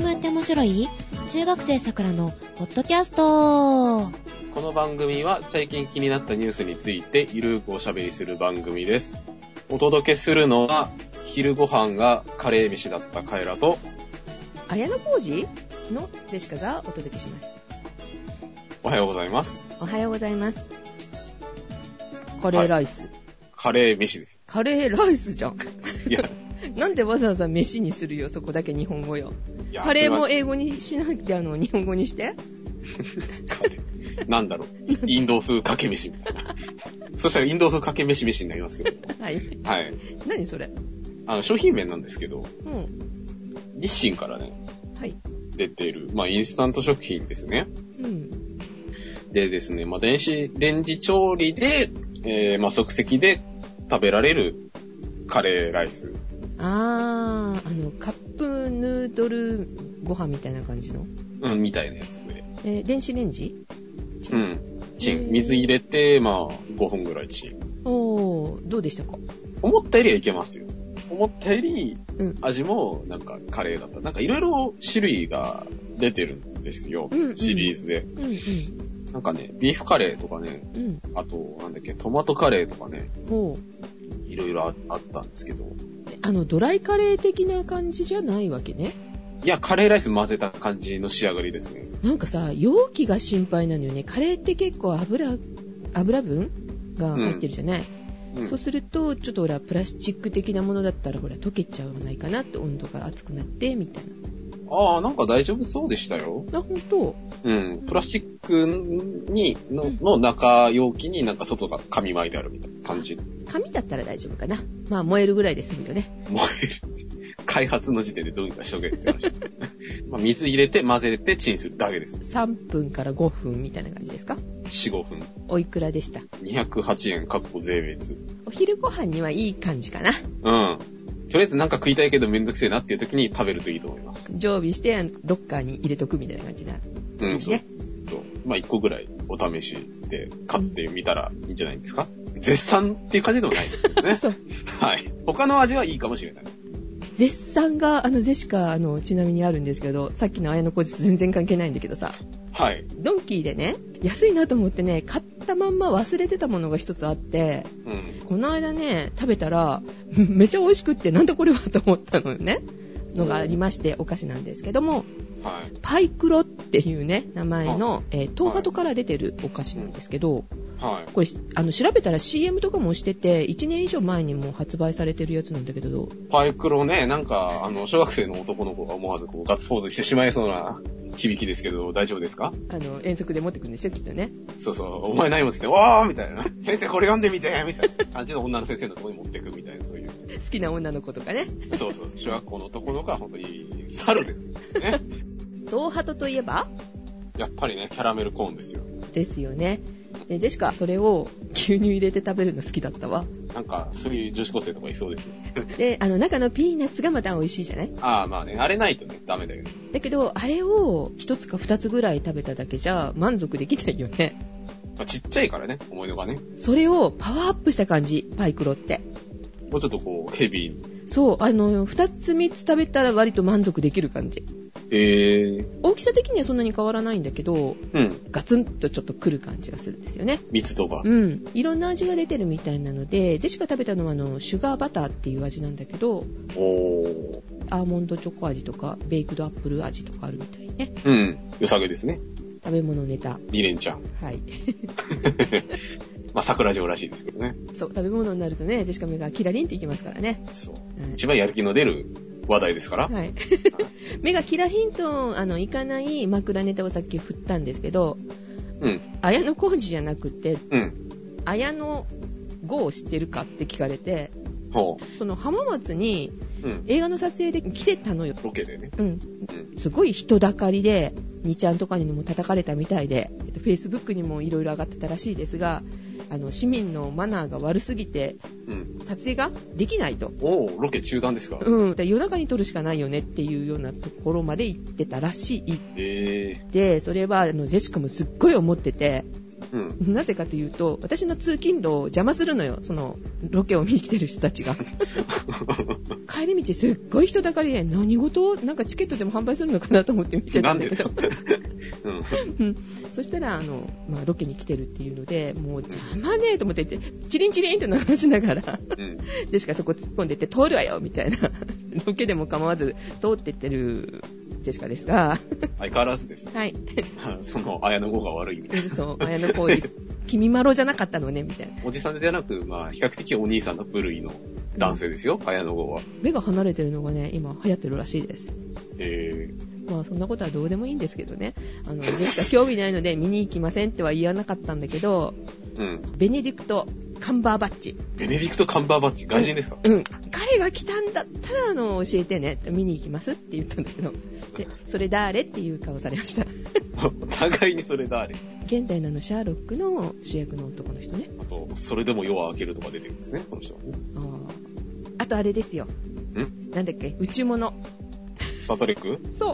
CM って面白い？中学生さくらのポッドキャスト。 この番組は最近気になったニュースについてゆるーくおしゃべりする番組です。お届けするのは昼ご飯がカレー飯だったカエラと綾小路のジェシカがお届けします。 おはようございます。 おはようございます。カレーライス、はい、 カレー飯です。 カレーライスじゃん。 いやなんでわざわざ飯にするよ。そこだけ日本語よ。カレーも英語にしなきゃ日本語にしてカレーなんだろう、インド風かけ飯みたいな。そしたらインド風かけ飯になりますけど。 はいはい。何それ？ 商品名なんですけど、 うん、 日清からね、 はい、 出ているインスタント食品ですね。 うん、 でですね、電子レンジ調理で、即席で食べられるカレーライス。 カップヌードルご飯みたいな感じの？ みたいなやつで。 電子レンジ？ チン。水入れて、5分ぐらいチン。 どうでしたか？ 思ったよりはいけますよ。思ったより、味もなんかカレーだった。なんかいろいろ種類が出てるんですよ。シリーズで。なんかね、ビーフカレーとかね、あと、トマトカレーとかね、いろいろあったんですけど。 ドライカレー的な感じじゃないわけね。 いや、カレーライス混ぜた感じの仕上がりですね。 なんかさ、容器が心配なのよね。カレーって結構油分が入ってるじゃない、そうするとちょっとプラスチック的なものだったら溶けちゃわないかなって、温度が熱くなってみたいな。 なんか大丈夫そうでしたよ。 本当？ プラスチックの中容器になんか外が紙巻いてあるみたいな感じ。 紙だったら大丈夫かな。燃えるぐらいで済むよね。 燃える。開発の時点でどうにかしとけって話です。水入れて混ぜてチンするだけです。 3分から5分みたいな感じですか？ 4、5分。 おいくらでした？ 208円税別。 お昼ご飯にはいい感じかな。 とりあえずなんか食いたいけどめんどくせえなっていう時に食べるといいと思います。 常備してロッカーに入れとくみたいな感じだ。 そう。1個ぐらいお試しで買ってみたらいいんじゃないですか？絶賛っていう感じでもないですね。 そう。 はい。他の味はいいかもしれない。 絶賛がジェシカちなみにあるんですけど、さっきの綾小路と全然関係ないんだけどさ、 はい、 ドンキーでね、安いなと思ってね、買ったまんま忘れてたものが一つあって、この間ね食べたらめちゃ美味しくって、なんだこれはと思ったのよね。のがありまして、お菓子なんですけども、パイクロっていうね名前の、東ハトから出てるお菓子なんですけど、これ調べたら CM とかもしてて、1年以上前にも発売されてるやつなんだけど。 パイクロね、なんか小学生の男の子が思わずガッツポーズしてしまいそうな響きですけど、大丈夫ですか？ 遠足で持ってくるんでしょきっとね。 そうそう、お前何持ってきて、わーみたいな、先生これ読んでみてみたいな感じの女の先生のところに持ってくみたいな、そういう好きな女の子とかね。 そう小学校の男の子は本当に猿ですね。 東ハトといえばやっぱりね、キャラメルコーンですよ。 ですよね。ジェシカ、それを牛乳入れて食べるの好きだったわ。 なんかそういう女子高生とかいそうですよ。 で、中のピーナッツがまた美味しいじゃない？ あれないとねダメだよね。 だけどあれを1つか2つぐらい食べただけじゃ満足できないよね。 ちっちゃいからね、思いのがね。 それをパワーアップした感じ、パイクロって。 もうちょっとヘビーに。 そう、2つ3つ食べたら割と満足できる感じ。大きさ的にはそんなに変わらないんだけど、ガツンとちょっとくる感じがするんですよね。 密度が。 いろんな味が出てるみたいなので、ジェシカ食べたのはシュガーバターっていう味なんだけど、アーモンドチョコ味とかベイクドアップル味とかあるみたいね。 良さげですね。 食べ物ネタ 2連チャン。 はい。 桜城らしいですけどね。 そう、食べ物になるとね、ジェシカ目がキラリンっていきますからね。 そう。一番やる気の出る話題ですから。 はい。目がキラリンといかない枕ネタをさっき振ったんですけど、綾小路じゃなくて、綾野剛を知ってるかって聞かれて、その浜松に映画の撮影で来てたのよ。 ロケでね。 すごい人だかりで、2ちゃんとかにも叩かれたみたいで、Facebook にもいろいろ上がってたらしいですが、市民のマナーが悪すぎて、撮影ができないと。 ロケ中断ですか？ 夜中に撮るしかないよねっていうようなところまで行ってたらしい。で、それはジェシカもすっごい思ってて、 なぜかというと、私の通勤路を邪魔するのよ、そのロケを見に来てる人たちが。帰り道すっごい人だかりで、何事なんかチケットでも販売するのかなと思って見てたんだけど。そしたら、ロケに来てるっていうので、もう邪魔ねえと思ってて、チリンチリンと流しながら、でしかそこ突っ込んでって通るわよみたいな、ロケでも構わず通ってってるジェシカですが。 相変わらずですね。 はい。 その、綾野剛が悪いみたいな。 そう、綾野剛二。君まろじゃなかったのね、みたいな。 おじさんではなく、まあ、比較的お兄さんの部類の男性ですよ、綾野剛は。 目が離れてるのがね、今流行ってるらしいです。まあ、そんなことはどうでもいいんですけどね。ジェシカ興味ないので見に行きませんっては言わなかったんだけど、ベネディクト・カンバーバッチ。 ベネディクト・カンバーバッチ、外人ですか？ 彼が来たんだったら、教えてね、見に行きますって言ったんだけど、で、それ誰っていう顔されました。 お互いにそれ誰？ 現代のシャーロックの主役の男の人ね。 あと、それでも夜は明けるとか出てるんですね、この人はね。 あとあれですよ。なんだっけ、宇宙物。 スタートレック？ そう。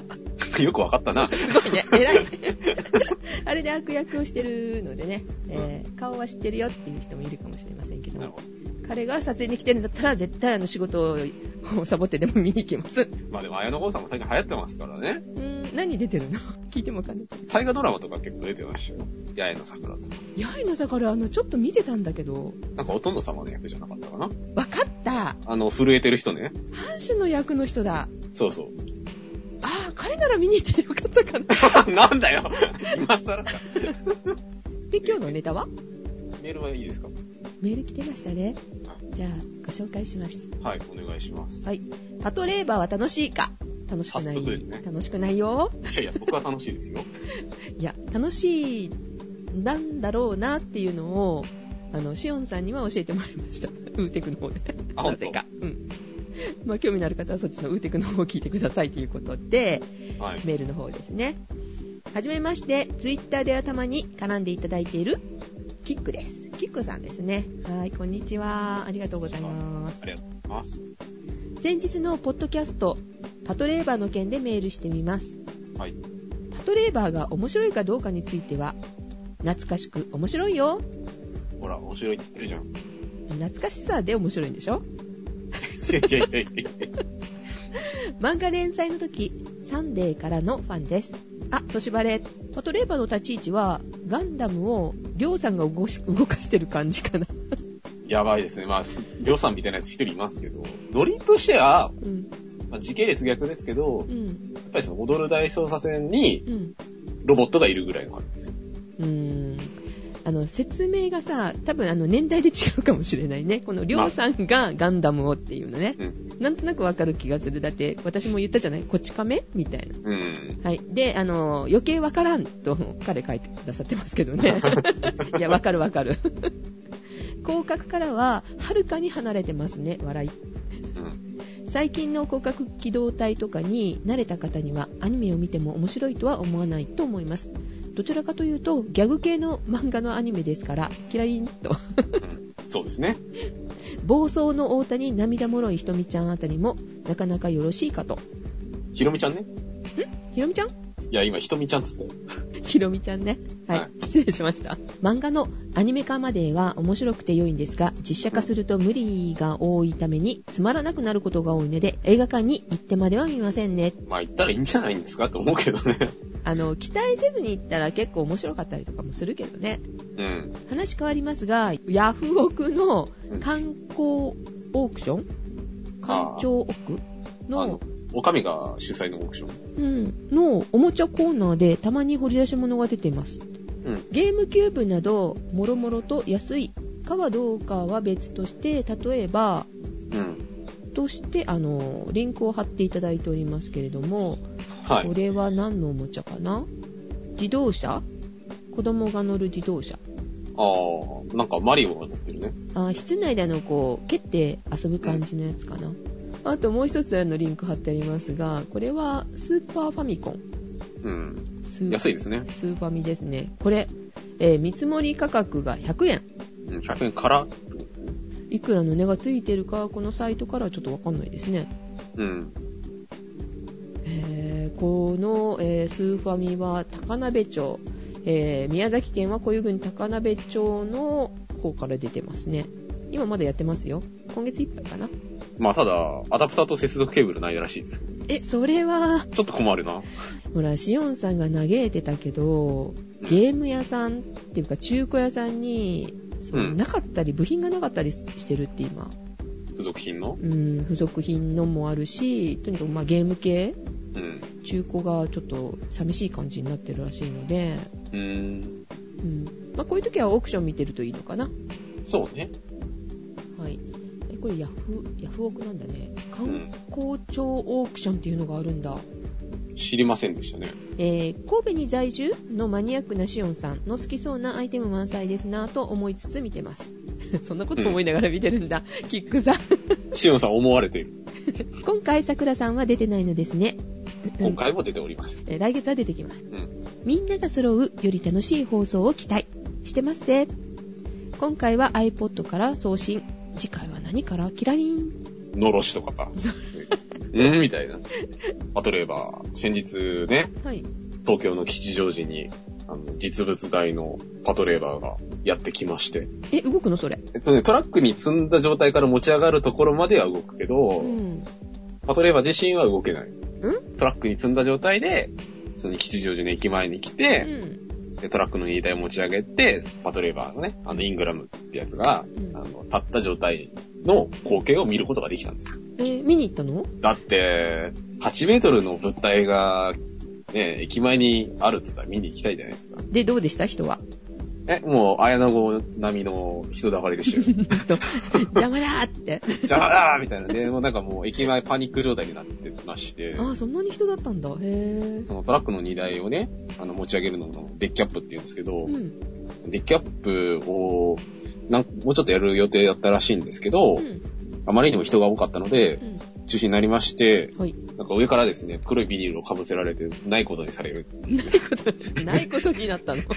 よくわかったな。 すごいね。偉いね。あれで悪役をしてるのでね、顔は知ってるよっていう人もいるかもしれませんけども。彼が撮影に来てるんだったら絶対仕事をサボってでも見に行きます。 まあでも綾野剛さんも最近流行ってますからね。 何出てるの？聞いてもわかんない。 大河ドラマとか結構出てましたよ。八重の桜とか。 八重の桜ちょっと見てたんだけど。 なんかお殿様の役じゃなかったかな。 わかった。 震えてる人ね。 藩主の役の人だ。 そうそう。 彼なら見に行ってよかったかな。なんだよ。今更か。 で、今日のネタは？ メールはいいですか？ メール来てましたね。じゃあ、ご紹介します。 はい、お願いします。 はい。パトレーバーは楽しいか？楽しくない。 ですね。 楽しくないよ。 いや、僕は楽しいですよ。 いや、楽しいなんだろうなっていうのを、シオンさんには教えてもらいました。ウーテクの方で。なぜか。まあ、興味のある方はそっちのウーテクの方を聞いてくださいということで、メールの方ですね。はじめまして、ツイッターではたまに絡んでいただいているキックです。キックさんですね。はい、こんにちは。ありがとうございます。 ありがとうございます。 先日のポッドキャスト、パトレーバーの件でメールしてみます。 はい。 パトレーバーが面白いかどうかについては、懐かしく面白いよ。 ほら、面白いって言ってるじゃん。 懐かしさで面白いんでしょ？ いや。 漫画連載の時、サンデーからのファンです。年バレ。パトレーバーの立ち位置は、ガンダムをりょうさんが動かしてる感じかな。 やばいですね。まあ、りょうさんみたいなやつ一人いますけど、ノリとしては、時系列逆ですけど、やっぱりその踊る大捜査線に、ロボットがいるぐらいの感じですよ。 説明がさ、多分年代で違うかもしれないね。このりょうさんがガンダムをっていうのね。なんとなくわかる気がする。だって、私も言ったじゃない？こち亀みたいな。はい。で、余計わからんと彼書いてくださってますけどね。いや、わかる。広角からは、はるかに離れてますね。笑い。最近の広角機動隊とかに慣れた方には、アニメを見ても面白いとは思わないと思います。どちらかというとギャグ系の漫画のアニメですからキラリンとそうですね。 暴走の大谷涙もろいひとみちゃんあたりもなかなかよろしいかと。 ひろみちゃんね。 ひろみちゃん？ いや今ひとみちゃんつったよ。 ひろみちゃんね。はい、失礼しました。漫画のアニメ化までは面白くて良いんですが、実写化すると無理が多いためにつまらなくなることが多いので映画館に行ってまでは見ませんね。 まあ行ったらいいんじゃないんですかと思うけどね。 期待せずに行ったら結構面白かったりとかもするけどね。話変わりますが、ヤフオクの観光オークション、館長奥のおかみが主催のオークション、 のおもちゃコーナーでたまに掘り出し物が出ています。ゲームキューブなどもろもろと安いかはどうかは別として、例えば、としてリンクを貼っていただいておりますけれども、これは何のおもちゃかな？自動車？子供が乗る自動車。 なんかマリオが乗ってるね。 室内でこう蹴って遊ぶ感じのやつかな。あともう一つリンク貼ってありますが、これはスーパーファミコン。 安いですね。 スーファミですね。これ、見積もり価格が100円。 100円からいくらの値がついてるか、このサイトからはちょっとわかんないですね。この、スーファミは高鍋町、 宮崎県は小湯郡高鍋町の方から出てますね。今まだやってますよ。今月いっぱいかな。 まあただ、アダプターと接続ケーブルないらしいですよ。 それは。 ちょっと困るな。 ほら、シオンさんが嘆いてたけど、ゲーム屋さんっていうか中古屋さんに、なかったり、部品がなかったりしてるって今。 付属品の？ 付属品のもあるし、とにかくゲーム系、中古がちょっと寂しい感じになってるらしいので、こういう時はオークション見てるといいのかな。 そうね。 はい。これヤフオクなんだね。観光庁オークションっていうのがあるんだ。 知りませんでしたね。 神戸に在住のマニアックなシオンさんの好きそうなアイテム満載ですなぁと思いつつ見てます。そんなこと思いながら見てるんだ。キックさん。 シオンさん思われている。 今回桜さんは出てないのですね。 今回も出ております。 来月は出てきます。みんなが揃うより楽しい放送を期待してますぜ。今回は iPod から送信。次回は何からキラリン。 のろしとかか。みたいな。例えば、先日ね、東京の吉祥寺に、実物大のパトレーバーがやってきまして。 動くのそれ？ トラックに積んだ状態から持ち上がるところまでは動くけど、パトレーバー自身は動けない。トラックに積んだ状態で、その吉祥寺の駅前に来て、でトラックの荷台を持ち上げて、パトレーバーのね、イングラムってやつが、立った状態の光景を見ることができたんですよ。 見に行ったの？ だって、8メートルの物体が、ね、駅前にあるって言ったら見に行きたいじゃないですか。 で、どうでした人は？ もう、綾野剛並みの人だかりでしたよ。 邪魔だーって。 邪魔だーみたいなね。もうなんかもう駅前パニック状態になってまして。 そんなに人だったんだ。 そのトラックの荷台をね、持ち上げるののデッキアップって言うんですけど、デッキアップを、もうちょっとやる予定だったらしいんですけど、あまりにも人が多かったので、中止になりまして、なんか上からですね、黒いビニールをかぶせられて、ないことにされるっていう。 ないことになったの。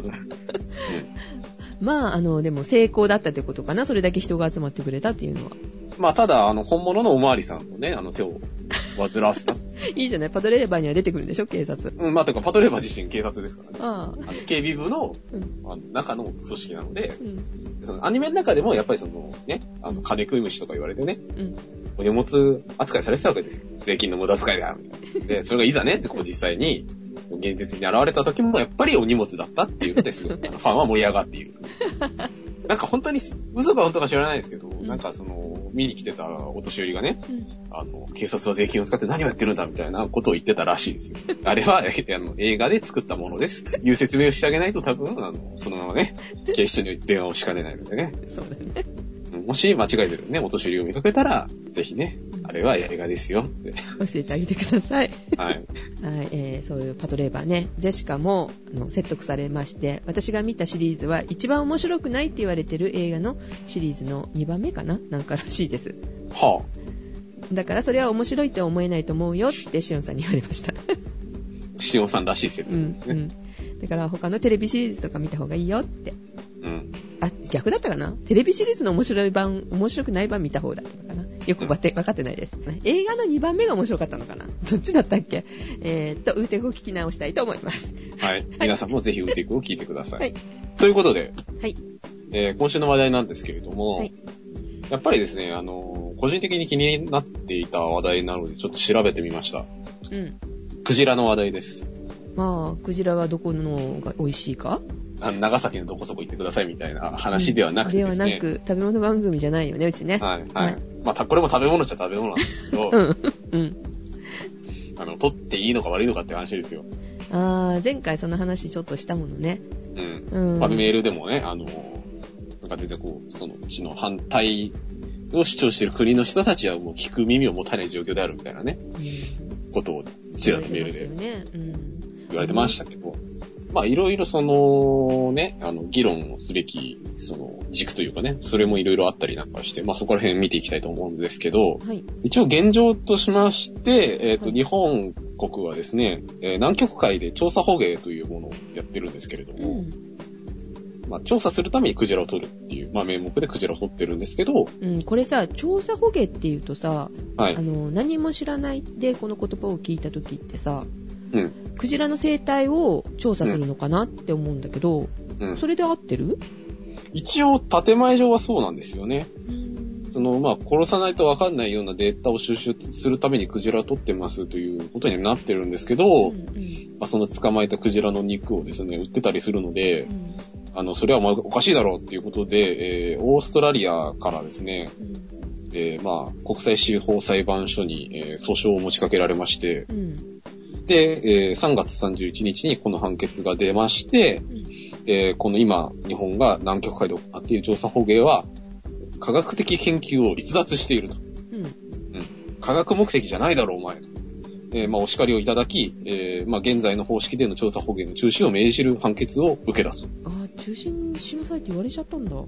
まあ、でも成功だったってことかな。それだけ人が集まってくれたっていうのは。 まあ、ただ、本物のおまわりさんのね、手を煩わせた。 いいじゃない。パトレーバーには出てくるんでしょ、警察。 まあ、というか、パトレーバー自身警察ですからね。警備部の、中の組織なので、そのアニメの中でも、やっぱりね、金食い虫とか言われてね、お荷物扱いされてたわけですよ。税金の無駄遣いだ、みたいな。で、それがいざね、実際に、現実に現れた時も、やっぱりお荷物だったっていうのですごい、ファンは盛り上がっている。なんか本当に、嘘か本当か知らないですけど、なんか見に来てたお年寄りがね、警察は税金を使って何をやってるんだみたいなことを言ってたらしいですよ。あれは、映画で作ったものです。いう説明をしてあげないと多分、そのままね、警視庁に電話をしかねないのでね。 そうだね。 もし間違えてるね、お年寄りを見かけたら、ぜひね、あれは映画ですよって。 教えてあげてください。 はい。 はい、そういうパトレーバーね、ジェシカも説得されまして、私が見たシリーズは一番面白くないって言われてる映画のシリーズの2番目かななんからしいです。 はあ。だからそれは面白いって思えないと思うよってシオンさんに言われました。シオンさんらしい設定ですね。 だから他のテレビシリーズとか見た方がいいよって。逆だったかな？テレビシリーズの面白くない版見た方だったのかな？よく分かってないです。映画の2番目が面白かったのかな？どっちだったっけ？ウーテクを聞き直したいと思います。 はい。皆さんもぜひウーテクを聞いてください。はい。ということで、 はい。 今週の話題なんですけれども、はい、やっぱりですね、個人的に気になっていた話題なので、ちょっと調べてみました。クジラの話題です。 まあ、クジラはどこのが美味しいか？ 長崎のどこそこ行ってくださいみたいな話ではなくてですね。 ではなく、食べ物番組じゃないよね、うちね。 はい、はい。まあ、これも食べ物っちゃ食べ物なんですけど、取っていいのか悪いのかって話ですよ。 前回その話ちょっとしたものね。 メールでもね、なんか全然そのうちの反対を主張している国の人たちはもう聞く耳を持たない状況であるみたいなね、ことをちらっとメールで言われてましたけど、まあいろいろ議論をすべき軸というかね、それもいろいろあったりなんかして、まあそこら辺見ていきたいと思うんですけど、はい、一応現状としまして、日本国はですね、南極海で調査捕鯨というものをやってるんですけれども、まあ調査するためにクジラを取るっていう、まあ名目でクジラを取ってるんですけど、 これさ、調査捕鯨っていうとさ、 はい、 何も知らないでこの言葉を聞いた時ってさ、 クジラの生態を調査するのかなって思うんだけど、それで合ってる？ 一応、建前上はそうなんですよね。殺さないと分かんないようなデータを収集するためにクジラを取ってますということになってるんですけど、その捕まえたクジラの肉をですね、売ってたりするので、それはおかしいだろうっていうことで、オーストラリアからですね、国際司法裁判所に、訴訟を持ちかけられまして、で、3月31日にこの判決が出まして、この今、日本が南極海で行っている調査捕鯨は、科学的研究を逸脱していると。科学目的じゃないだろう、お前。お叱りをいただき、現在の方式での調査捕鯨の中止を命じる判決を受けたと。 中止しなさいって言われちゃったんだ。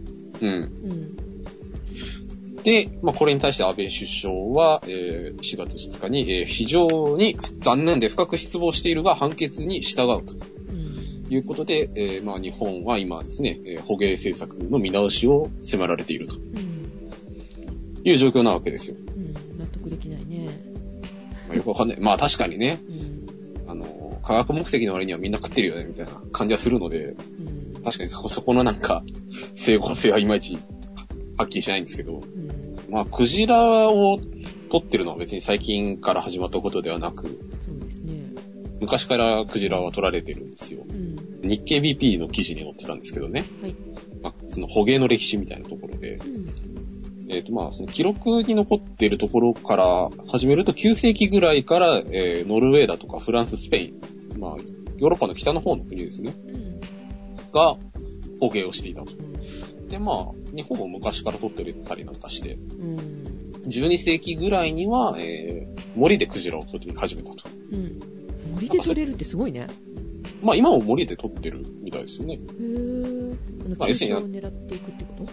で、これに対して安倍首相は、4月2日に、非常に残念で深く失望しているが判決に従うということで、日本は今ですね、捕鯨政策の見直しを迫られているという状況なわけですよ。 納得できないね。 よくわかんない。確かにね、科学目的の割にはみんな食ってるよねみたいな感じはするので、確かにそこの整合性はいまいちはっきりしないんですけど、クジラを取ってるのは別に最近から始まったことではなく、 そうですね。 昔からクジラは取られてるんですよ。日経 BP の記事に載ってたんですけどね。その捕鯨の歴史みたいなところで、その記録に残っているところから始めると9世紀ぐらいから、ノルウェーだとかフランス、スペイン、ヨーロッパの北の方の国ですね。が捕鯨をしていたと。で、日本も昔から取ってたりなんかして、12世紀ぐらいには、森でクジラを取り始めたと。 森で取れるってすごいね。 今も森で取ってるみたいですよね。 要するにを狙っていくってこと？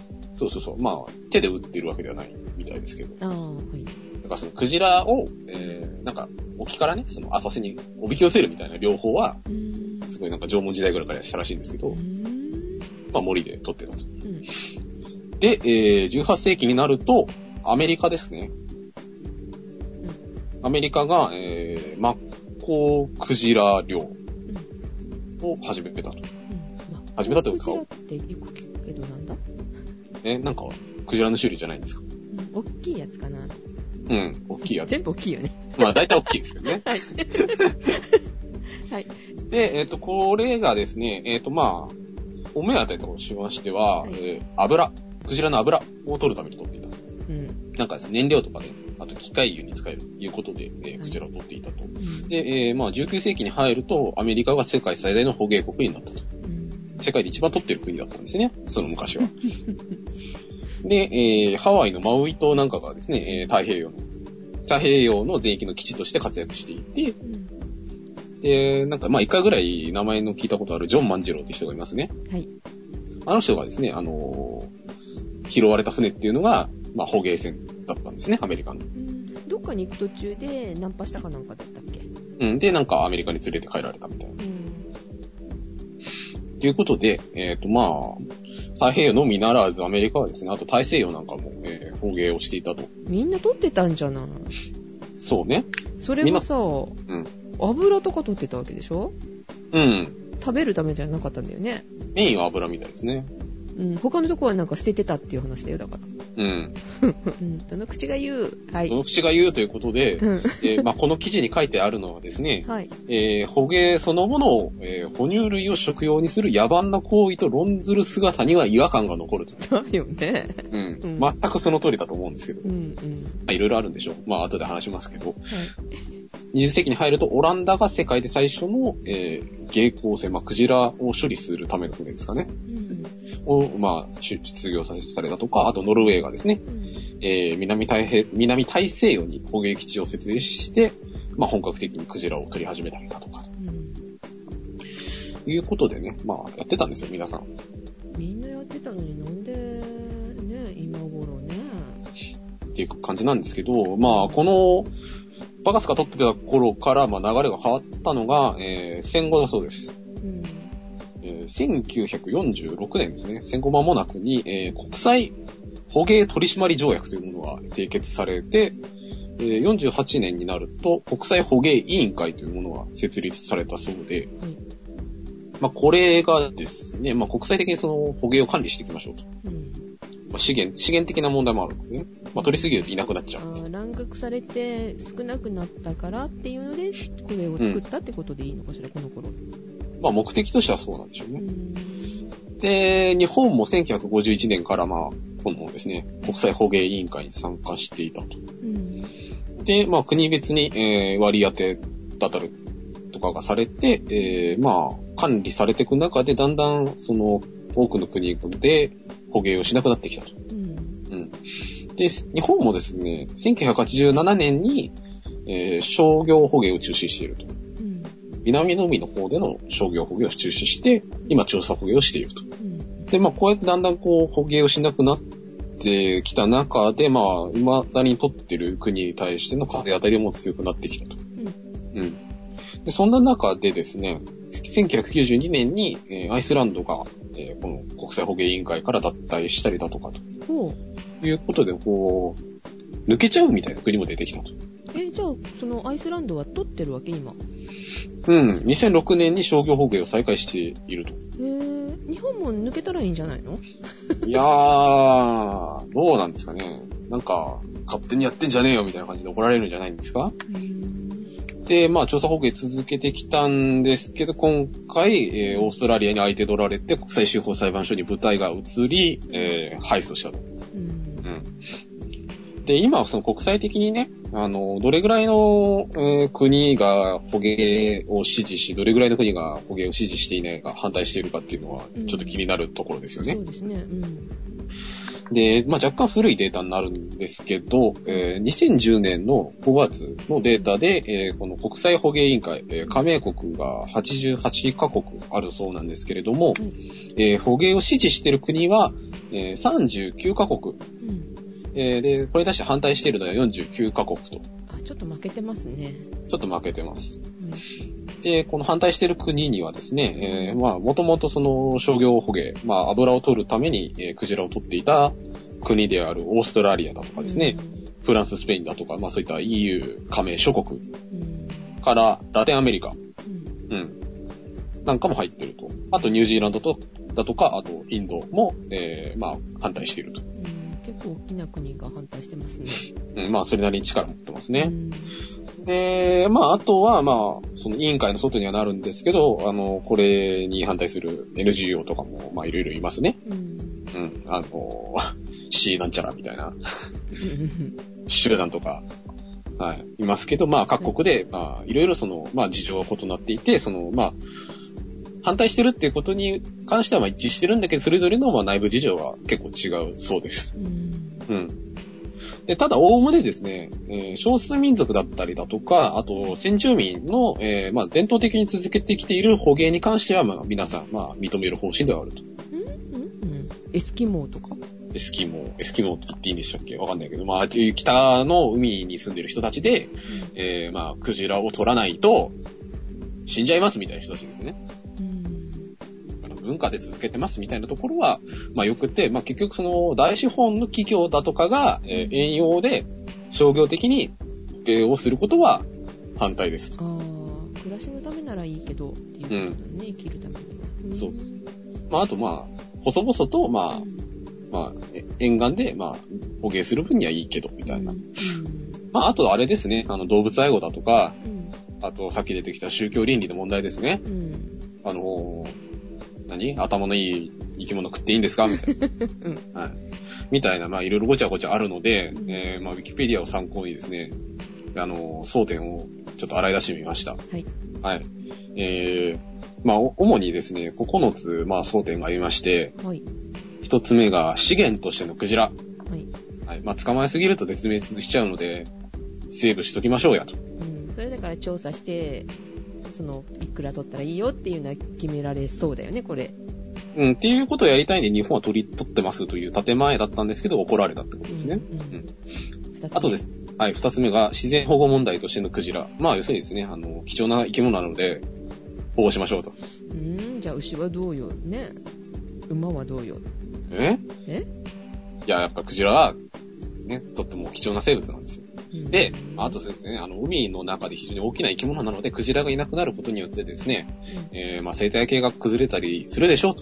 そう。手で撃ってるわけではないみたいですけど。 はい。 そのクジラを、沖からね、その浅瀬におびき寄せるみたいな療法は、すごい縄文時代ぐらいからしたらしいんですけど、森で取ってたと。で、18世紀になると、アメリカですね。アメリカが、マッコウクジラ漁を始めたと。始めたというか。 クジラってよく聞くけどなんだ？ クジラの種類じゃないんですか？ 大きいやつかな。 大きいやつ。 全部大きいよね。 大体大きいですけどね。 はい。はい。 で、これがですね、お目当てとしましては、クジラの油を取るために取っていた。燃料とかね、あと機械油に使えるということで、クジラを取っていたと。で、19世紀に入ると、アメリカが世界最大の捕鯨国になったと。世界で一番取ってる国だったんですね、その昔は。で、ハワイのマウイ島なんかがですね、太平洋の全域の基地として活躍していて、で、一回ぐらい名前の聞いたことあるジョン万次郎って人がいますね。はい。あの人がですね、拾われた船っていうのが、捕鯨船だったんですね、アメリカの。 どっかに行く途中でナンパしたかなんかだったっけ？ で、アメリカに連れて帰られたみたいな。ということで、太平洋のみならずアメリカはですね、あと大西洋なんかも、捕鯨をしていたと。 みんな取ってたんじゃない？ そうね。 それもさ、油とか取ってたわけでしょ？食べるためじゃなかったんだよね。 メインは油みたいですね。 他のとこは捨ててたっていう話だよ、だから。どの口が言う。はい。 どの口が言うということで、この記事に書いてあるのはですね、捕鯨そのものを、哺乳類を食用にする野蛮な行為と論ずる姿には違和感が残ると。 だよね。 全くその通りだと思うんですけど。いろいろあるんでしょう。後で話しますけど。20世紀に入ると、オランダが世界で最初の、鯨口船、クジラを処理するための船ですかね。を、出業させたりだとか、あとノルウェーがですね、南大西洋に捕鯨基地を設営して、本格的にクジラを取り始めたりだとか。いうことでね、やってたんですよ、皆さん。 みんなやってたのになんで、ね、今頃ね。 っていう感じなんですけど、この、バカスカ取ってた頃から、流れが変わったのが、戦後だそうです。1946年ですね。戦後間もなくに、国際捕鯨取締条約というものが締結されて、 48年になると国際捕鯨委員会というものが設立されたそうで、まあこれがですね、まあ国際的にその捕鯨を管理していきましょうと。まあ、資源的な問題もあるのでね。まあ取りすぎるといなくなっちゃう。 乱獲されて少なくなったからっていうので、これを作ったってことでいいのかしら、この頃。 まあ目的としてはそうなんでしょうね。で、日本も1951年からまあ、このですね、国際捕鯨委員会に参加していたと。で、まあ国別に、割り当てだったりとかがされて、まあ管理されていく中でだんだんその多くの国で捕鯨をしなくなってきたと。で、日本もですね、1987年に、商業捕鯨を中止していると。南の海の方での商業捕鯨を中止して、今調査捕鯨をしていると。で、まあこうやってだんだんこう捕鯨をしなくなってきた中で、まあ未だに取ってる国に対しての風当たりも強くなってきたと。で、そんな中でですね、1992年に、アイスランドが、この国際捕鯨委員会から脱退したりだとかということで、こう、抜けちゃうみたいな国も出てきたと。 じゃあ、そのアイスランドは取ってるわけ、今。 2006年に商業捕鯨を再開していると。 日本も抜けたらいいんじゃないの？ いやー、どうなんですかね。なんか、勝手にやってんじゃねえよみたいな感じで怒られるんじゃないんですか？で、まあ、調査捕鯨続けてきたんですけど、今回、オーストラリアに相手取られて、国際司法裁判所に部隊が移り、敗訴したと。で、今はその国際的にね、どれぐらいの、国が捕鯨を支持し、どれぐらいの国が捕鯨を支持していないか、反対しているかっていうのは、ちょっと気になるところですよね。 そうですね。 で、まあ、若干古いデータになるんですけど、2010年の5月のデータで、この国際捕鯨委員会、加盟国が88カ国あるそうなんですけれども、捕鯨を支持している国は、39カ国。で、これに対して反対しているのは49カ国と。 ちょっと負けてますね。 ちょっと負けてます。で、この反対している国にはですね、まあ、もともとその商業捕鯨、まあ、油を取るために、クジラを取っていた国であるオーストラリアだとかですね、フランス、スペインだとか、まあ、そういった EU 加盟諸国からラテンアメリカ、なんかも入っていると。あとニュージーランドだとか、あとインドも、まあ、反対していると。 結構大きな国が反対してますね。 まあ、それなりに力持ってますね。で、まあ、あとは、まあ、その委員会の外にはなるんですけど、これに反対する NGO とかも、まあ、いろいろいますね。C なんちゃらみたいな、集団とか、いますけど、まあ、各国で、まあ、いろいろその、まあ、事情は異なっていて、その、まあ、反対してるっていうことに関してはまあ一致してるんだけど、それぞれのまあ内部事情は結構違うそうです。で、ただ、おおむねですね、少数民族だったりだとか、あと、先住民の、まあ、伝統的に続けてきている捕鯨に関しては、まあ、皆さん、まあ、認める方針ではあると。 エスキモーとか？ エスキモーって言っていいんでしたっけ？わかんないけど、まあ、北の海に住んでる人たちで、まあ、クジラを取らないと、死んじゃいますみたいな人たちですね。文化で続けてますみたいなところは、まあよくて、まあ結局その大資本の企業だとかが、遠洋で商業的に捕鯨をすることは反対です。 暮らしのためならいいけど、っていうことだね、生きるためには。 そう。まああとまあ、細々と、まあ、沿岸で、まあ、捕鯨する分にはいいけど、みたいな。まああとあれですね、動物愛護だとか、あとさっき出てきた宗教倫理の問題ですね。頭のいい生き物食っていいんですかみたいな。みたいな、まあ、いろいろごちゃごちゃあるので、まあ、ウィキペディアを参考にですね、争点をちょっと洗い出してみました。まあ、主にですね、9つ、まあ、争点がありまして、1つ目が資源としてのクジラ。まあ、捕まえすぎると絶滅しちゃうので、セーブしときましょうやと。 それだから調査して、いくら取ったらいいよっていうのは決められそうだよね、これ。 っていうことをやりたいんで日本は取ってますという建前だったんですけど、怒られたってことですね。あとです。二つ目が自然保護問題としてのクジラ。まあ、要するにですね、貴重な生き物なので、保護しましょうと。 じゃあ牛はどうよね。馬はどうよ。 いや、やっぱクジラは、ね、とっても貴重な生物なんですよ。 で、あとですね、海の中で非常に大きな生き物なので、クジラがいなくなることによってですね、生態系が崩れたりするでしょうと。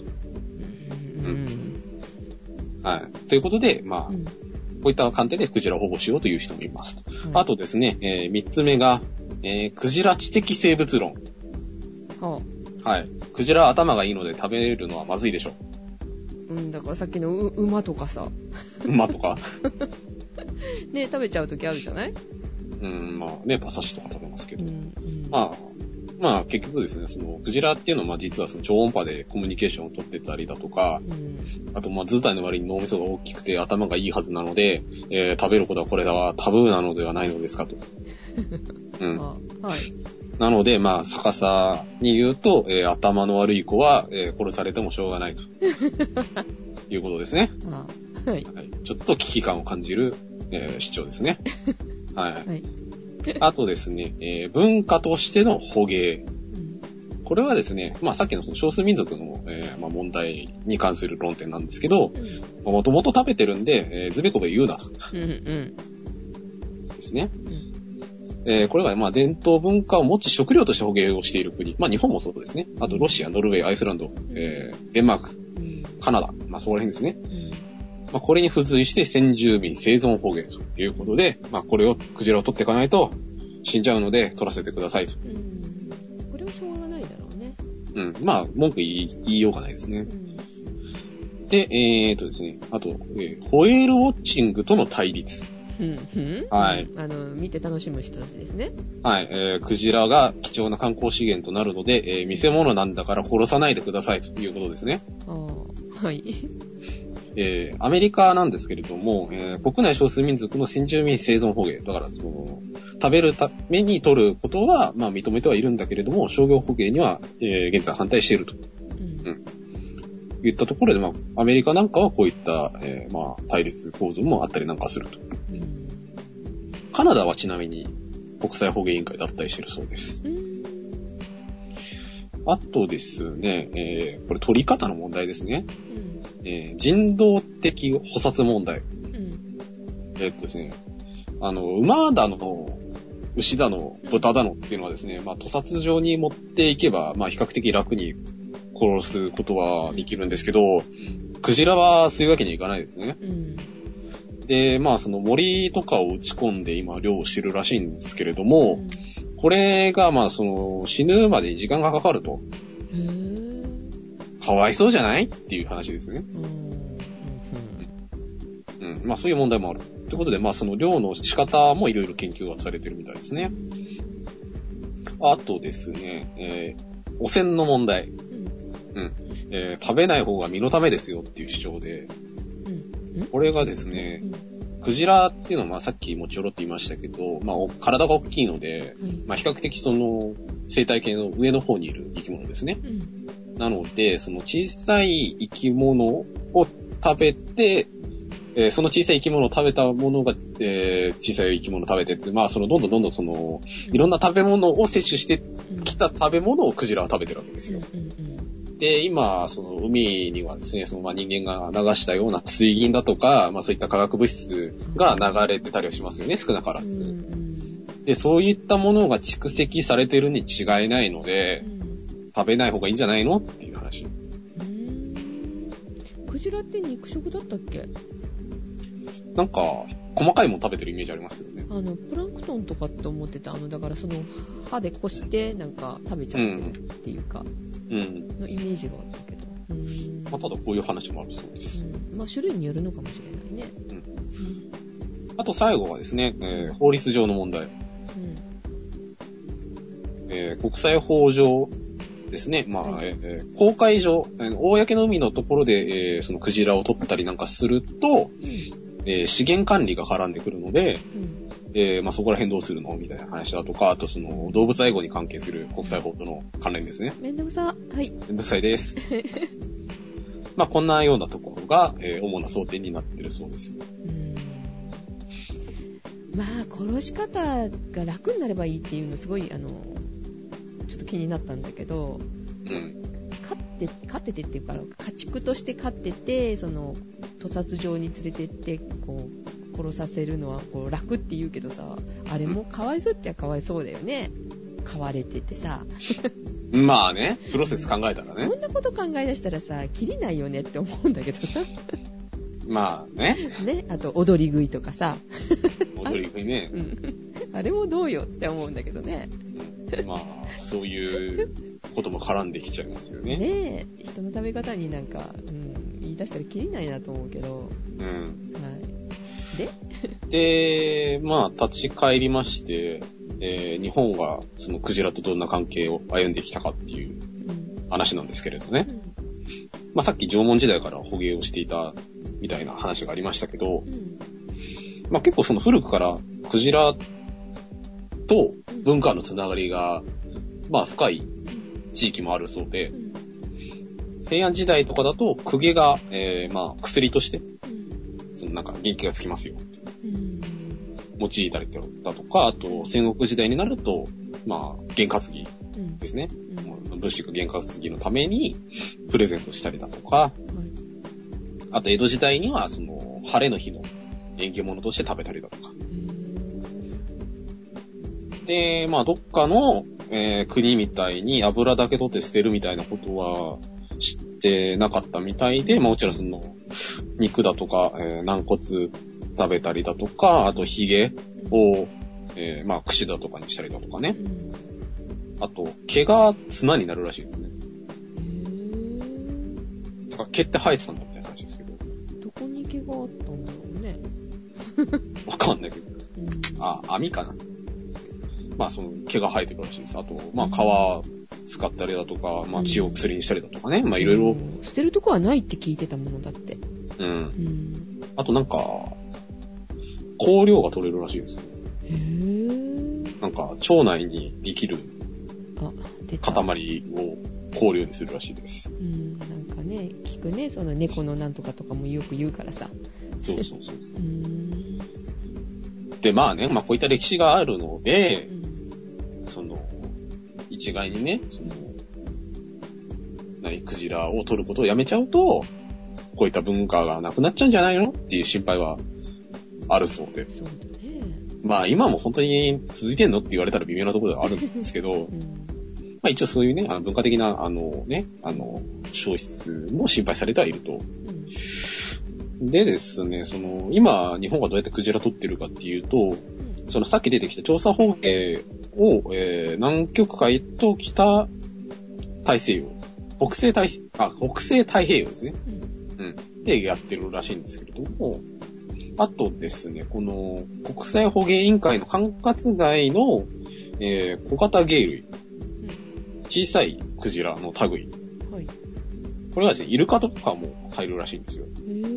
はい。ということで、こういった観点でクジラを保護しようという人もいます。あとですね、3つ目が、クジラ知的生物論。はい。クジラは頭がいいので食べるのはまずいでしょう。 だからさっきの馬とかさ。 馬とかね、食べちゃうときあるじゃない？ 馬刺しとか食べますけど。結局ですね、クジラっていうのは実は超音波でコミュニケーションを取ってたりだとか、あと図体の割に脳みそが大きくて頭がいいはずなので、食べることはこれはタブーなのではないのですかと。はい。なので、逆さに言うと、頭の悪い子は、殺されてもしょうがないと。いうことですね。はい。ちょっと危機感を感じる、主張ですね。はい。あとですね、文化としての捕鯨。これはですね、さっきの少数民族の、問題に関する論点なんですけど、もともと食べてるんで、ずべこべ言うなと。ですね。これが伝統文化を持ち食料として捕鯨をしている国。日本もそうですね。あとロシア、ノルウェー、アイスランド、デンマーク、カナダ、そこら辺ですね。これに付随して先住民生存捕鯨ということで、これを、クジラを取っていかないと死んじゃうので取らせてくださいと。 これはしょうがないだろうね。 文句言いようがないですね。で、ですね、あと、ホエールウォッチングとの対立。はい。 見て楽しむ人たちですね。 はい。クジラが貴重な観光資源となるので、見せ物なんだから殺さないでくださいということですね。 はい。 アメリカなんですけれども、国内少数民族の先住民生存捕鯨。だから、食べるために取ることは、認めてはいるんだけれども、商業捕鯨には、現在反対していると。言ったところで、アメリカなんかはこういった、対立構造もあったりなんかすると。カナダはちなみに国際捕鯨委員会だったりしてるそうです。あとですね、これ取り方の問題ですね。人道的捕殺問題。ですね、馬だの、牛だの、豚だのっていうのはですね、屠殺場に持っていけば、比較的楽に殺すことはできるんですけど、クジラはそういうわけにいかないですね。で、森とかを打ち込んで今漁をしてるらしいんですけれども、これが死ぬまでに時間がかかると。かわいそうじゃないっていう話ですね。そういう問題もある。ということで、漁の仕方もいろいろ研究がされてるみたいですね。あとですね、汚染の問題。食べない方が身のためですよっていう主張で、これがですね、クジラっていうのはさっきもちょろっと言いましたけど、体が大きいので、比較的生態系の上の方にいる生き物ですね。なので、小さい生き物を食べて、その小さい生き物を食べたものが、小さい生き物を食べてって、どんどんいろんな食べ物を摂取してきた食べ物をクジラは食べてるわけですよ。で、今、海にはですね、人間が流したような水銀だとか、そういった化学物質が流れてたりはしますよね、少なからず。で、そういったものが蓄積されてるに違いないので、食べない方がいいんじゃないのっていう話。 クジラって肉食だったっけ？ なんか、細かいもの食べてるイメージありますけどね。 プランクトンとかって思ってた、だから歯でこして、食べちゃってるっていうか、のイメージがあったけど。 ただこういう話もあるそうです。 種類によるのかもしれないね。 あと最後はですね、法律上の問題。国際法上ですね、公海上、公の海のところで、クジラを取ったりなんかすると、資源管理が絡んでくるので、そこら辺どうするのみたいな話だとか、あと動物愛護に関係する国際法との関連ですね。 めんどくさ。はい。 めんどくさいです。こんなようなところが、主な争点になってるそうです。 殺し方が楽になればいいっていうのすごい、ちょっと気になったんだけど、飼っててっていうから、家畜として飼ってて、屠殺場に連れてって、 殺させるのはこう楽って言うけどさ、あれもかわいそうってかわいそうだよね。飼われててさ。 まあね、プロセス考えたらね。 そんなこと考え出したらさ、切りないよねって思うんだけどさ。 まあね。 ね、あと踊り食いとかさ。 踊り食いね。 あれもどうよって思うんだけどね。 まあ、そういうことも絡んできちゃいますよね。 ねえ、人の食べ方になんか、言い出したら切りないなと思うけど。はい。 で、まあ、立ち返りまして、日本がそのクジラとどんな関係を歩んできたかっていう話なんですけれどね。まあ、さっき縄文時代から捕鯨をしていたみたいな話がありましたけど、まあ、結構その古くからクジラと文化のつながりが、まあ、深い地域もあるそうで、平安時代とかだと公家が、まあ、薬として、そのなんか元気がつきますよ。用いたりだとか、あと戦国時代になると、まあ、験担ぎですね。武士が験担ぎのためにプレゼントしたりだとか、あと江戸時代にはその晴れの日の縁起物として食べたりだとか。で、まあ、どっかの、国みたいに油だけ取って捨てるみたいなことは知ってなかったみたいで、まあ、もちろんその肉だとか、軟骨食べたりだとか、あとヒゲを、まあ、串だとかにしたりだとかね。あと、毛が綱になるらしいですね。だから毛って生えてたんだみたいな話ですけど。 どこに毛があったんだろうね。 わかんないけど。網かな。まあ、その毛が生えてるらしいです。あと、まあ、皮使ったりだとか、まあ、血を薬にしたりだとかね。まあ、いろいろ。 捨てるとこはないって聞いてたものだって。あとなんか、香料が取れるらしいですね。なんか、腸内にできる塊を香料にするらしいです。 なんかね、聞くね、その猫のなんとかとかもよく言うからさ。 そう。で、まあね、まあこういった歴史があるので、その、一概にね、その、クジラを取ることをやめちゃうと、こういった文化がなくなっちゃうんじゃないのっていう心配はあるそうで。 そうだね。 まあ今も本当に続いてんのって言われたら微妙なところではあるんですけど、まあ一応そういうね、文化的な、消失も心配されてはいると。でですね、その、今、日本がどうやってクジラ取ってるかっていうと、そのさっき出てきた調査報計を、南極海と北大西洋、北西太平洋ですね。でやってるらしいんですけれども、あとですね、この国際捕鯨委員会の管轄外の、小型鯨類、小さいクジラの類、これはですね、イルカとかも入るらしいんですよ。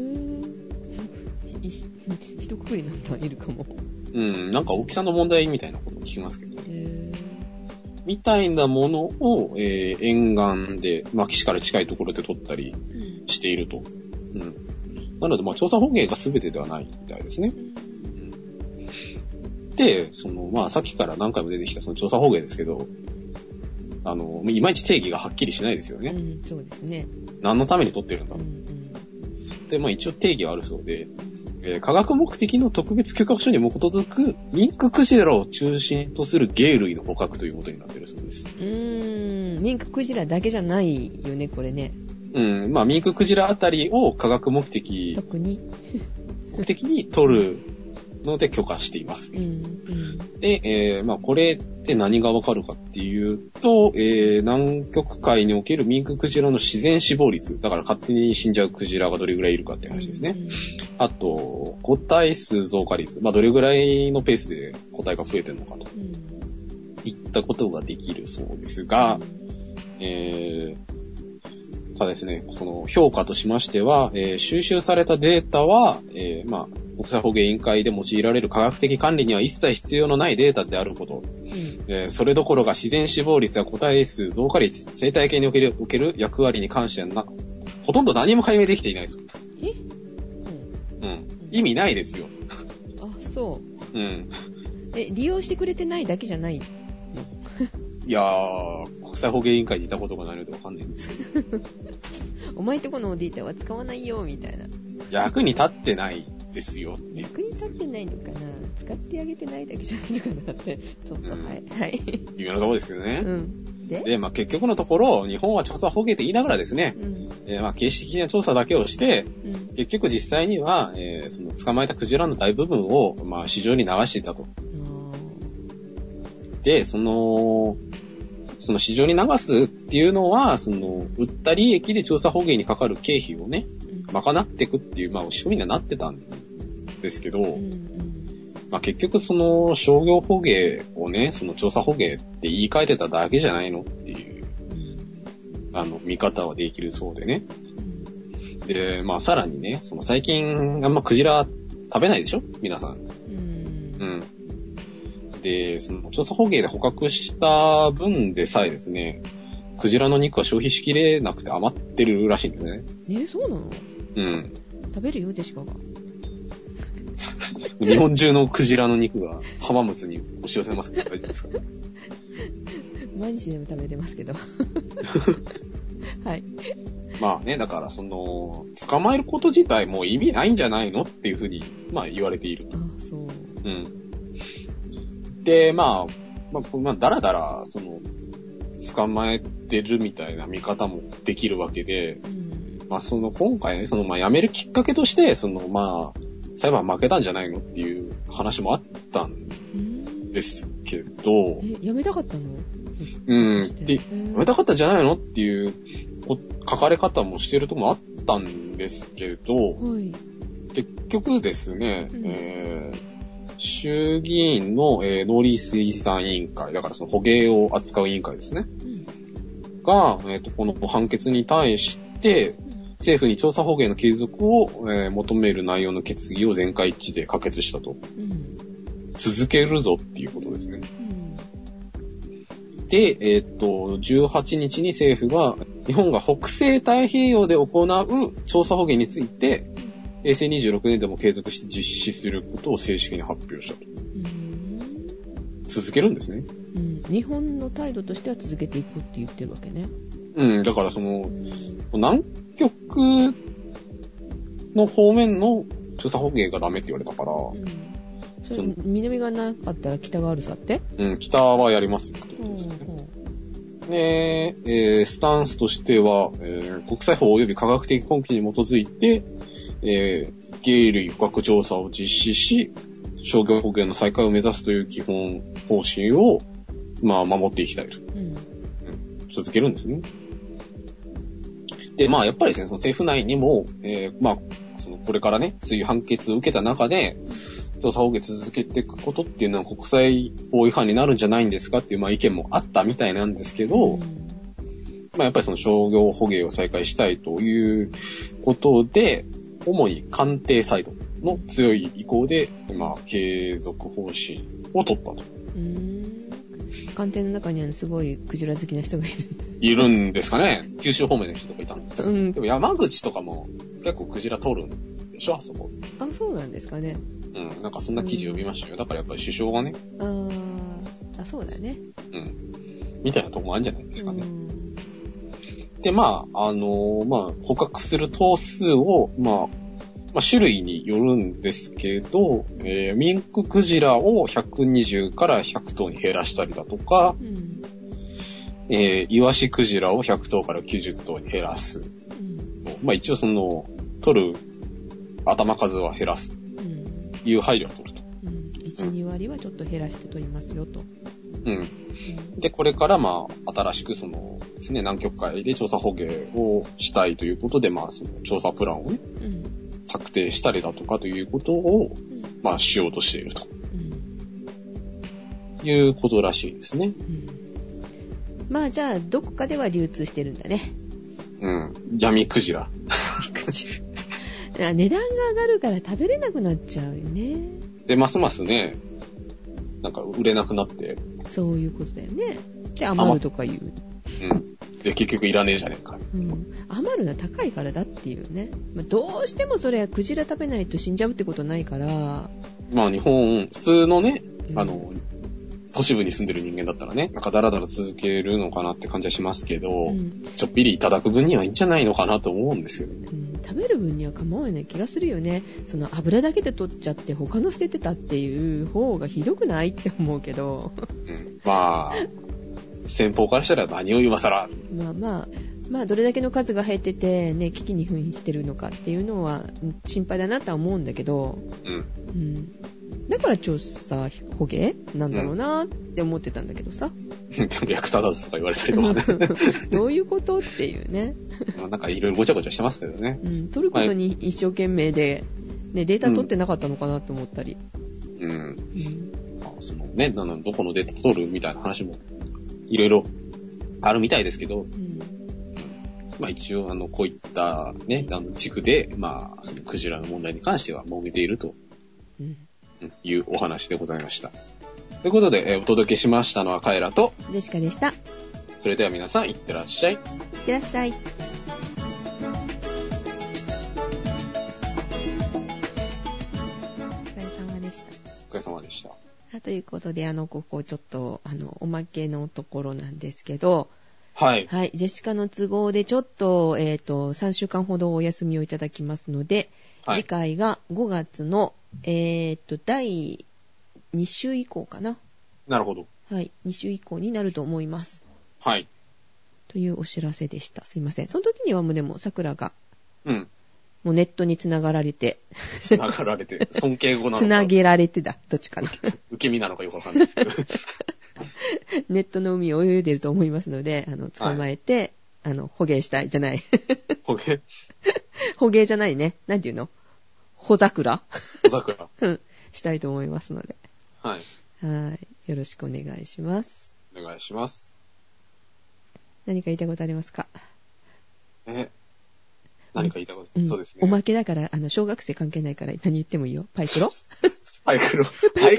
一括りなんだ、イルカも。 なんか大きさの問題みたいなことを聞きますけど、みたいなものを、沿岸で、まあ、岸から近いところで取ったりしていると。なので、まあ、調査捕鯨が全てではないみたいですね。で、その、まあ、さっきから何回も出てきたその調査捕鯨ですけど、いまいち定義がはっきりしないですよね。 そうですね。 何のために取ってるんだろう。で、まあ、一応定義はあるそうで、科学目的の特別許可書にも基づくミンククジラを中心とする鯨類の捕獲ということになっているそうです。 ミンククジラだけじゃないよね、これね。 まあ、ミンククジラあたりを科学目的に取るので許可しています。で、まあ、これって何がわかるかっていうと、南極海におけるミンククジラの自然死亡率、だから勝手に死んじゃうクジラがどれぐらいいるかって話ですね。あと、個体数増加率、まあ、どれぐらいのペースで個体が増えてるのかと、いったことができるそうですが、ただですね、その評価としましては、収集されたデータは、まあ、国際捕鯨委員会で用いられる科学的管理には一切必要のないデータであること。それどころが自然死亡率や個体数増加率、生態系における役割に関してはほとんど何も解明できていないぞ。意味ないですよ。 あ、そう。利用してくれてないだけじゃないの？ いやー、国際捕鯨委員会にいたことがないのでわかんないんですけど。 お前んとこのデータは使わないよ、みたいな。 役に立ってないでですよ。 役に立ってないのかな、使ってあげてないだけじゃないのかなって、ちょっと、はい。 微妙なところですけどね。 で、 まあ結局のところ、日本は調査捕鯨って言いながらですね、まあ形式的な調査だけをして、結局実際には、その捕まえたクジラの大部分を、まあ市場に流していたと。で、その市場に流すっていうのは、売った利益で調査捕鯨にかかる経費をね、賄っていくっていう、まあ仕組みにはなってたんですけど、まあ結局商業捕鯨をね、調査捕鯨って言い換えてただけじゃないのっていう、見方はできるそうでね。で、まあさらにね、最近あんまクジラ食べないでしょ皆さん。で、調査捕鯨で捕獲した分でさえですね、クジラの肉は消費しきれなくて余ってるらしいんですね。 そうなの？食べるよ、ジェシカが。 日本中のクジラの肉が浜松に押し寄せますけど大丈夫ですか？ 毎日でも食べれますけど。はい。 まあね、だから捕まえること自体もう意味ないんじゃないのっていうふうに、まあ言われていると。 そう。 で、まあ、だらだら、捕まえてるみたいな見方もできるわけで、まあ今回ね、まあ辞めるきっかけとして、まあ、裁判負けたんじゃないのっていう話もあったんですけど、 辞めたかったの？ で、辞めたかったんじゃないのっていう書かれ方もしてるとこもあったんですけど、結局ですね、衆議院の、農林水産委員会、だから捕鯨を扱う委員会ですね。が、この判決に対して、政府に調査捕鯨の継続を、求める内容の決議を全会一致で可決したと。続けるぞっていうことですね。で、18日に政府が、日本が北西太平洋で行う調査捕鯨について、平成26年でも継続して実施することを正式に発表したと。続けるんですね。 日本の態度としては続けていくって言ってるわけね。 だから南極の方面の調査捕鯨がダメって言われたから、 南がなかったら北があるさって？ 北はやりますよってことですね。で、スタンスとしては、国際法及び科学的根拠に基づいて、鯨類捕獲調査を実施し、商業捕鯨の再開を目指すという基本方針を、まあ、守っていきたいと。続けるんですね。で、まあ、やっぱりですね、政府内にも、まあ、これからね、そういう判決を受けた中で、調査捕鯨続けていくことっていうのは国際法違反になるんじゃないんですかっていう、まあ、意見もあったみたいなんですけど、まあ、やっぱり商業捕鯨を再開したいということで、主に艦艇サイドの強い意向で、まあ、継続方針を取ったと。 艦艇の中にはすごいクジラ好きな人がいるんですかね。九州方面の人とかいたんですよ。でも山口とかも結構クジラ取るんでしょ、あそこ。 あ、そうなんですかね。 なんかそんな記事読みましたよ。だからやっぱり首相がね。 そうだね。 みたいなとこもあるんじゃないですかね。で、まあ、まあ、捕獲する頭数を、まあ、種類によるんですけど、ミンククジラを120から100頭に減らしたりだとか、イワシクジラを100頭から90頭に減らす。まあ一応取る頭数は減らす。いう配慮を取ると。 1、2割はちょっと減らして取りますよと。 で、これからまあ、新しくですね、南極海で調査捕鯨をしたいということで、まあ、調査プランをね、策定したりだとかということを、まあ、しようとしていると。いうことらしいですね。 まあ、じゃあ、どこかでは流通してるんだね。 闇クジラ。 値段が上がるから食べれなくなっちゃうよね。 で、ますますね、なんか売れなくなって。 そういうことだよね。で、余るとか言う。 で、結局いらねえじゃねえか。 余るのは高いからだっていうね。まあ、どうしてもそれはクジラ食べないと死んじゃうってことないから。 まあ日本、普通のね、都市部に住んでる人間だったらね、なんかダラダラ続けるのかなって感じはしますけど、ちょっぴりいただく分にはいいんじゃないのかなと思うんですけどね。 食べる分には構わない気がするよね。その油だけで取っちゃって他の捨ててたっていう方がひどくないって思うけど。 まあ、先方からしたら何を今更。 まあどれだけの数が減っててね、危機に瀕してるのかっていうのは心配だなとは思うんだけど、だから調査捕鯨なんだろうなって思ってたんだけどさ。 役立たずとか言われたりとかね。 どういうことっていうね。 なんかいろいろごちゃごちゃしてますけどね。 取ることに一生懸命で、ね、データ取ってなかったのかなって思ったり。 そのね、どこのデータ取るみたいな話もいろいろあるみたいですけど、まあ一応こういったね、地区で、まあそのクジラの問題に関しては揉めているというお話でございました。ということで、お届けしましたのはカエラとジェシカでした。 それでは皆さんいってらっしゃい。いってらっしゃい。お疲れ様でした。 お疲れ様でした。 ということで、ここちょっと、おまけのところなんですけど、 はい。 はい。ジェシカの都合でちょっと、3週間ほどお休みをいただきますので、次回が5月の、第2週以降かな。 なるほど。 はい。2週以降になると思います。 はい。 というお知らせでした。すいません。その時にはもうでも、桜が、もうネットに繋がられて。 繋がられて。尊敬語なのか。 繋げられてだ。どっちかな。 受け身なのかよくわかんないですけど。 ネットの海を泳いでると思いますので、捕まえて、捕鯨したい。じゃない。 捕鯨捕鯨じゃないね。なんていうの？穂桜したいと思いますので。 はい。 よろしくお願いします。 お願いします。 何か言いたいことありますか？ 何か言いたいこと、そうですね。 おまけだから、小学生関係ないから何言ってもいいよ。パイクロパイクロ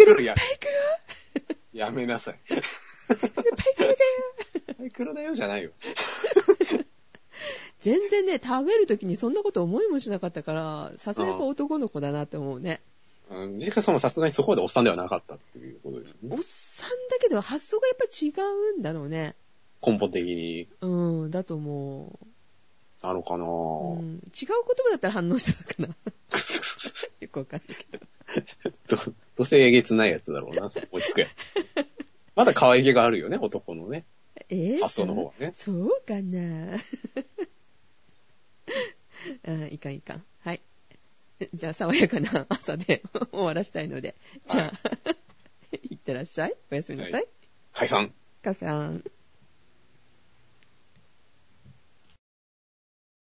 やめなさい。パイクロだよ。パイクロだよじゃないよ。 全然ね、食べるときにそんなこと思いもしなかったから、さすがやっぱ男の子だなって思うね。 ジェシカさんもさすがにそこまでおっさんではなかったっていうことですね。 おっさんだけど発想がやっぱ違うんだろうね。 根本的に。だと思う。 なのかな、違う言葉だったら反応したのかな。よくわかんないけど。 どうせえげつないやつだろうな、落ち着くや。まだ可愛げがあるよね、男のね。発想の方はね。 そうかな。いかん。はい。じゃあ、爽やかな朝で終わらしたいので。じゃあ、いってらっしゃい。おやすみなさい。 解散。 解散。